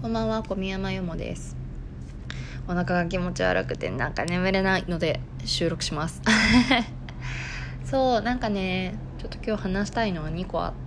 こんばんは、小宮山よもです。お腹が気持ち悪くてなんか眠れないので収録しますそう、なんかね、ちょっと今日話したいのは2個あって、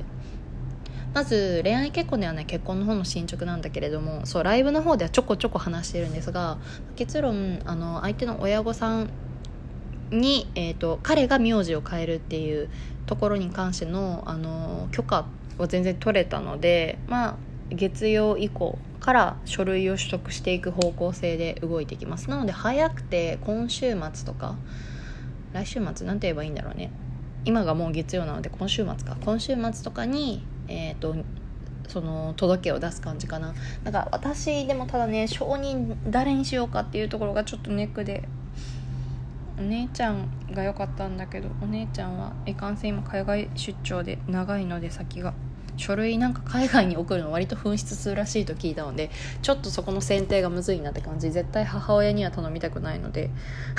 まず恋愛結婚ではない結婚の方の進捗なんだけれども、そうライブの方ではちょこちょこ話してるんですが、結論相手の親御さんに、彼が名字を変えるっていうところに関しての、許可は全然取れたので、月曜以降から書類を取得していく方向性で動いていきます。なので早くて今週末とか来週末なんて言えばいいんだろうね。今がもう月曜なので今週末とかにその届けを出す感じかな。だから私でもただね、承認誰にしようかっていうところがちょっとネックで、お姉ちゃんが良かったんだけど、お姉ちゃんはいかんせん今海外出張で長いので、先が書類なんか海外に送るの割と紛失するらしいと聞いたので、ちょっとそこの選定がむずいなって感じ。絶対母親には頼みたくないので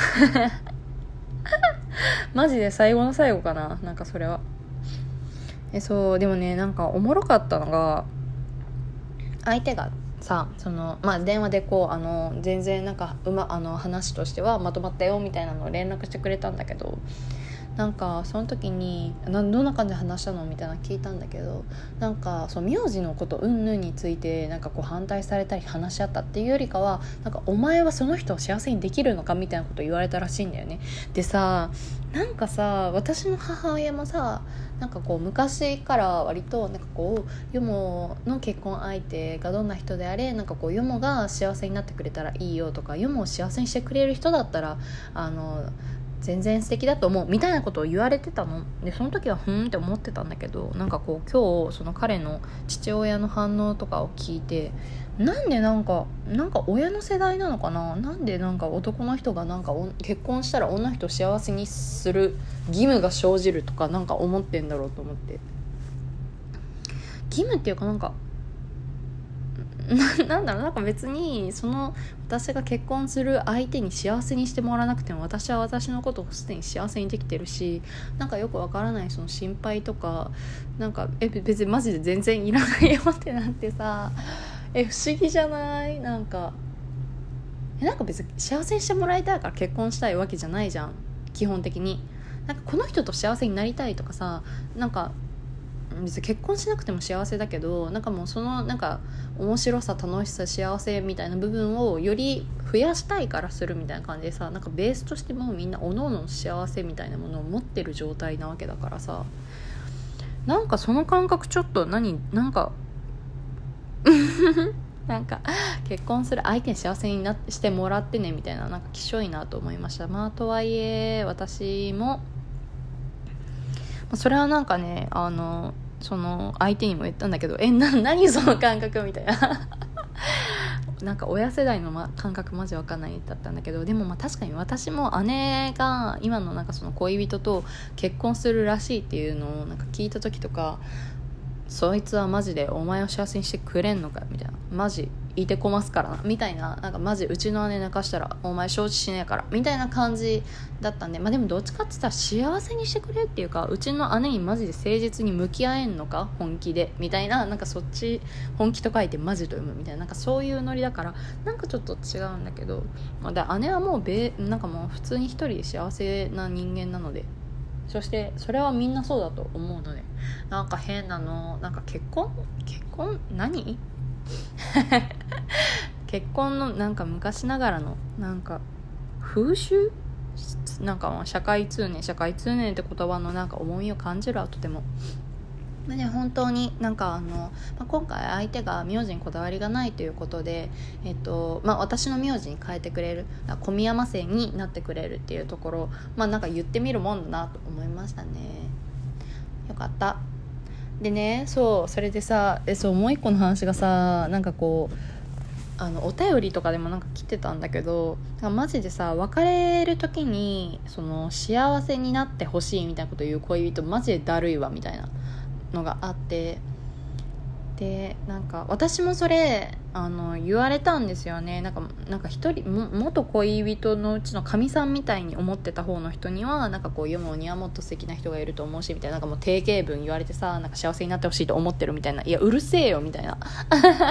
マジで最後の最後かな、なんかそれは。そうでもね、なんかおもろかったのが、相手がさ、電話で全然なんか話としてはまとまったよみたいなのを連絡してくれたんだけど、なんかその時にどんな感じで話したのみたいな聞いたんだけど、なんかその名字のこと云々についてなんか反対されたり話し合ったっていうよりかは、なんかお前はその人を幸せにできるのかみたいなことを言われたらしいんだよね。でさ、なんかさ、私の母親もさ、なんか昔から割となんかヨモの結婚相手がどんな人であれ、なんかヨモが幸せになってくれたらいいよとか、ヨモを幸せにしてくれる人だったら全然素敵だと思うみたいなことを言われてたので、その時はって思ってたんだけど、なんか今日その彼の父親の反応とかを聞いて、なんでなんか親の世代なのかな、なんでなんか男の人がなんか結婚したら女の人を幸せにする義務が生じるとかなんか思ってんだろうと思って、義務っていうかなんかなんだろう、なんか別に私が結婚する相手に幸せにしてもらわなくても、私は私のことをすでに幸せにできてるし、なんかよくわからないその心配とか、なんか別にマジで全然いらないよってなってさ、不思議じゃない？なんか別に幸せにしてもらいたいから結婚したいわけじゃないじゃん、基本的に。なんかこの人と幸せになりたいとかさ、なんか別に結婚しなくても幸せだけど、なんかもうそのなんか面白さ、楽しさ、幸せみたいな部分をより増やしたいからするみたいな感じでさ、なんかベースとしてもうみんな各々の幸せみたいなものを持ってる状態なわけだからさ、なんかその感覚ちょっとなんかなんか結婚する相手に幸せにしてもらってねみたいな、なんかきしょいなと思いました。とはいえ私もそれはなんかね、その相手にも言ったんだけど、何その感覚みたいななんか親世代の感覚マジわかんないだったんだけど、でも確かに私も姉が今のなんかその恋人と結婚するらしいっていうのをなんか聞いた時とか、そいつはマジでお前を幸せにしてくれんのかみたいな、マジいてこますからなみたいな、なんかマジうちの姉泣かしたらお前承知しねえからみたいな感じだったんで、でもどっちかって言ったら幸せにしてくれっていうか、うちの姉にマジで誠実に向き合えんのか本気でみたいな、なんかそっち本気と書いてマジと読むみたいな、なんかそういうノリだから、なんかちょっと違うんだけど、姉はもうなんかもう普通に一人で幸せな人間なので、そしてそれはみんなそうだと思うので、なんか変なの、なんか結婚何結婚のなんか昔ながらのなんか風習、なんか社会通念って言葉のなんか重みを感じるわ、とても。で本当になんか今回相手が名字にこだわりがないということで、私の名字に変えてくれる、小宮山姓になってくれるっていうところ、なんか言ってみるもんだなと思いましたね。よかった。でね、それでさ、もう一個の話がさ、なんかお便りとかでもなんか来てたんだけど、マジでさ、別れる時にその幸せになってほしいみたいなこと言う恋人マジでだるいわみたいなのがあって、でなんか私もそれ言われたんですよね。なんか一人元恋人のうちの神さんみたいに思ってた方の人には、なんか読むにはもっと素敵な人がいると思うしみたいな、なんかもう定型文言われてさ、なんか幸せになってほしいと思ってるみたいな、いやうるせえよみたいな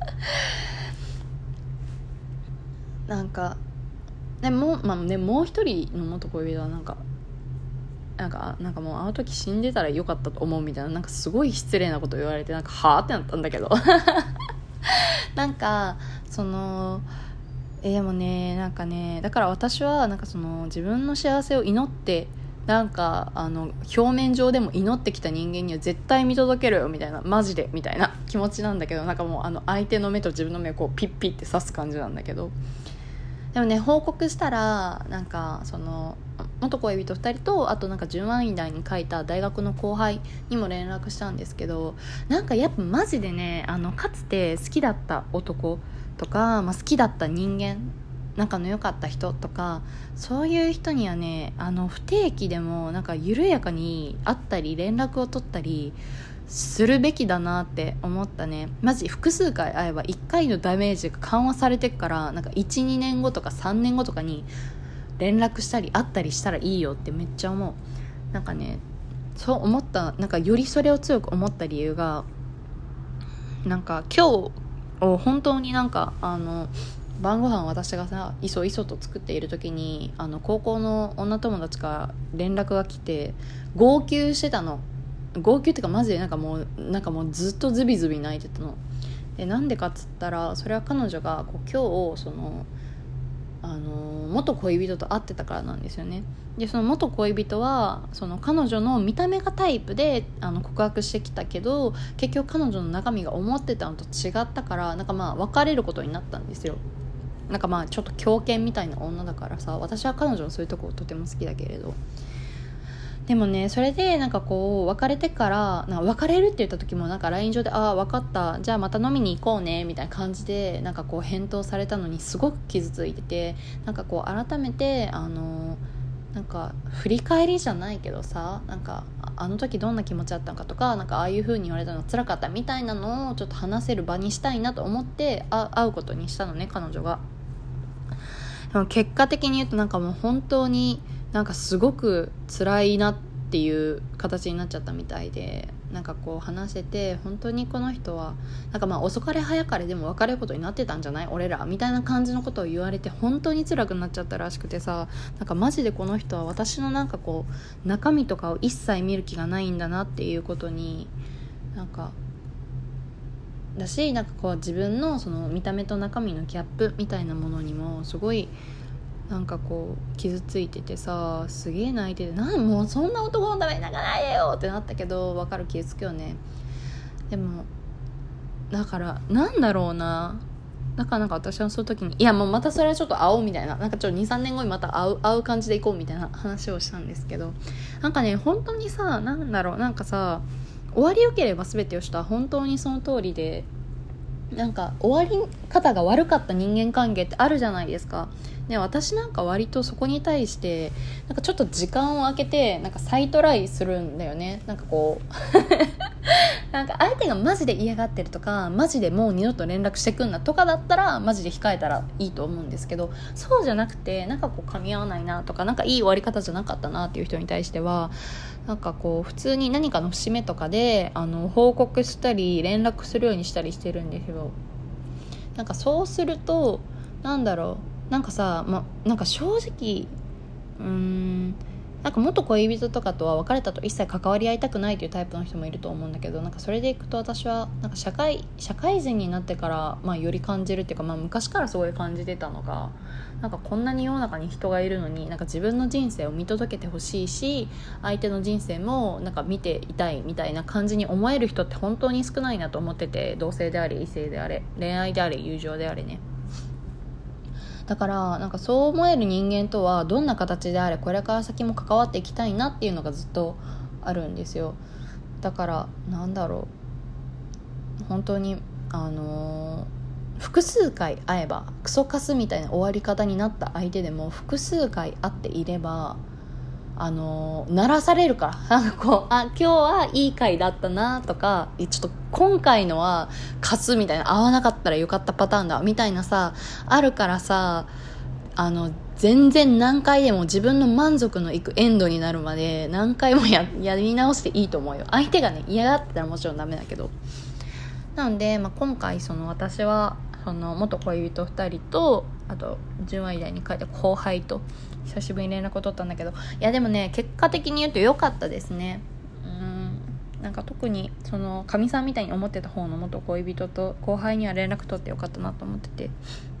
なんかでも、もう一人の元恋人はなんかもうあの時死んでたらよかったと思うみたいな、なんかすごい失礼なこと言われて、なんかはーってなったんだけどなんかそのでもね、なんかね、だから私はなんかその自分の幸せを祈って、なんか表面上でも祈ってきた人間には絶対見届けろよみたいな、マジでみたいな気持ちなんだけど、なんかもう相手の目と自分の目をこうピッピッって刺す感じなんだけど、でもね、報告したらなんかその元恋人2人と、あとなんか純愛団に書いた大学の後輩にも連絡したんですけど、なんかやっぱマジでね、かつて好きだった男とか、好きだった人間、仲の良かった人とか、そういう人にはね、不定期でもなんか緩やかに会ったり連絡を取ったりするべきだなって思ったね。マジ複数回会えば1回のダメージが緩和されてくから、なんか 1,2 年後とか3年後とかに連絡したり会ったりしたらいいよってめっちゃ思う。なんかね、そう思った。なんかよりそれを強く思った理由が、なんか今日を本当になんか晩ご飯私がさいそいそと作っている時に高校の女友達から連絡が来て、号泣してたの。号泣ってかマジでなんかもうずっとズビズビ泣いてたので、なんでかっつったら、それは彼女がこう今日その元恋人と会ってたからなんですよね。でその元恋人はその彼女の見た目がタイプで告白してきたけど、結局彼女の中身が思ってたのと違ったから、なんか別れることになったんですよ。なんかちょっと狂犬みたいな女だからさ、私は彼女のそういうところとても好きだけれど、でもね、それでなんかこう別れてからなんか別れるって言った時もなんか LINE 上で分かった、じゃあまた飲みに行こうねみたいな感じでなんかこう返答されたのにすごく傷ついてて、なんかこう改めてなんか振り返りじゃないけどさ、なんかあの時どんな気持ちだったのかとか、なんかああいう風に言われたの辛かったみたいなのをちょっと話せる場にしたいなと思って会うことにしたのね、彼女が。でも結果的に言うとなんかもう本当になんかすごく辛いなっていう形になっちゃったみたいで、なんかこう話してて、本当にこの人はなんか遅かれ早かれでも別れることになってたんじゃない俺らみたいな感じのことを言われて、本当に辛くなっちゃったらしくてさ、なんかマジでこの人は私のなんかこう中身とかを一切見る気がないんだなっていうことになんかだし、なんかこう自分のその見た目と中身のギャップみたいなものにもすごいなんかこう傷ついててさ、すげえ泣いてて、もうそんな男のために泣かないでよってなったけど、分かる、傷つくよね。でもだからなんだろうな、だからなんか私はその時にいやもうまたそれはちょっと会おうみたいな、なんかちょっと 2,3 年後にまた会う感じで行こうみたいな話をしたんですけど、なんかね本当にさ、なんだろう、なんかさ、終わりよければ全てよしとは本当にその通りで、なんか終わり方が悪かった人間関係ってあるじゃないですか。で私なんか割とそこに対してなんかちょっと時間を空けてなんか再トライするんだよね。なんかこうなんか相手がマジで嫌がってるとか、マジでもう二度と連絡してくんなとかだったらマジで控えたらいいと思うんですけど、そうじゃなくてなんかこう噛み合わないなとか、なんかいい終わり方じゃなかったなっていう人に対してはなんかこう普通に何かの節目とかで報告したり連絡するようにしたりしてるんですよ。なんかそうするとなんだろう、なんかさ、なんか正直なんか元恋人とかとは別れたと一切関わり合いたくないというタイプの人もいると思うんだけど、なんかそれでいくと私はなんか社会人になってからより感じるっていうか、昔からすごい感じてたのが、なんかこんなに世の中に人がいるのになんか自分の人生を見届けてほしいし、相手の人生もなんか見ていたいみたいな感じに思える人って本当に少ないなと思ってて、同性であれ異性であれ恋愛であれ友情であれね。だからなんかそう思える人間とはどんな形であれこれから先も関わっていきたいなっていうのがずっとあるんですよ。だからなんだろう、本当に複数回会えばクソカスみたいな終わり方になった相手でも複数回会っていれば鳴らされるから、なんかこう今日はいい回だったなとか、ちょっと今回のはカスみたいな、合わなかったらよかったパターンだみたいなさあるからさ、全然何回でも自分の満足のいくエンドになるまで何回もやり直していいと思うよ。相手がね嫌がってたらもちろんダメだけど、 なので、今回その私はその元恋人2人とあと純愛大に帰った後輩と久しぶりに連絡を取ったんだけど、いやでもね結果的に言うと良かったですね。なんか特にそのかみさんみたいに思ってた方の元恋人と後輩には連絡取ってよかったなと思ってて、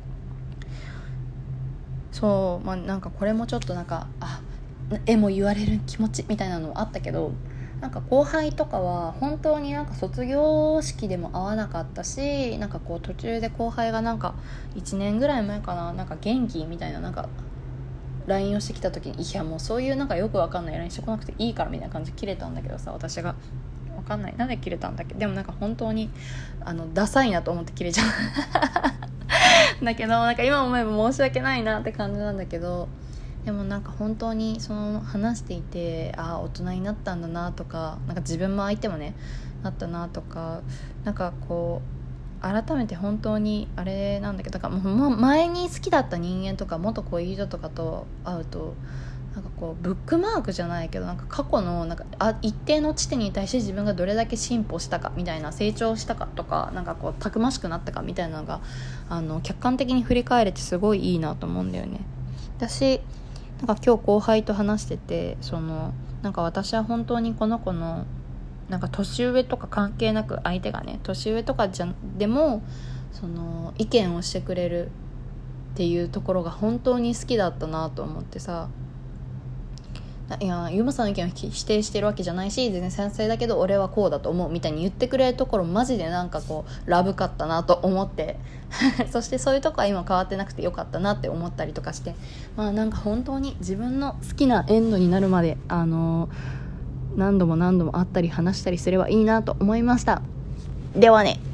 そう、なんかこれもちょっとなんかも言われる気持ちみたいなのあったけど、なんか後輩とかは本当になんか卒業式でも会わなかったし、なんかこう途中で後輩がなんか1年ぐらい前かな、なんか元気みたいななんか LINE をしてきた時に、いやもうそういうなんかよくわかんない LINE してこなくていいからみたいな感じで切れたんだけどさ、私がわかんないなんで切れたんだっけ。でもなんか本当にダサいなと思って切れちゃうだけどなんか今思えば申し訳ないなって感じなんだけど、でもなんか本当にその話していて大人になったんだなとか、なんか自分も相手もねなったなとか、なんかこう改めて本当にあれなんだけど、だからもう前に好きだった人間とか元恋人とかと会うとなんかこうブックマークじゃないけど、なんか過去のなんか一定の地点に対して自分がどれだけ進歩したかみたいな、成長したかとか、なんかこうたくましくなったかみたいなのが客観的に振り返れてすごいいいなと思うんだよね。私なんか今日後輩と話してて、そのなんか私は本当にこの子のなんか年上とか関係なく、相手がね年上とかでもその意見をしてくれるっていうところが本当に好きだったなと思ってさ、いやゆまさんの意見を否定してるわけじゃないし全然賛成だけど俺はこうだと思うみたいに言ってくれるところマジでなんかこうラブかったなと思ってそしてそういうとこは今変わってなくてよかったなって思ったりとかして、なんか本当に自分の好きなエンドになるまで何度も会ったり話したりすればいいなと思いました。ではね。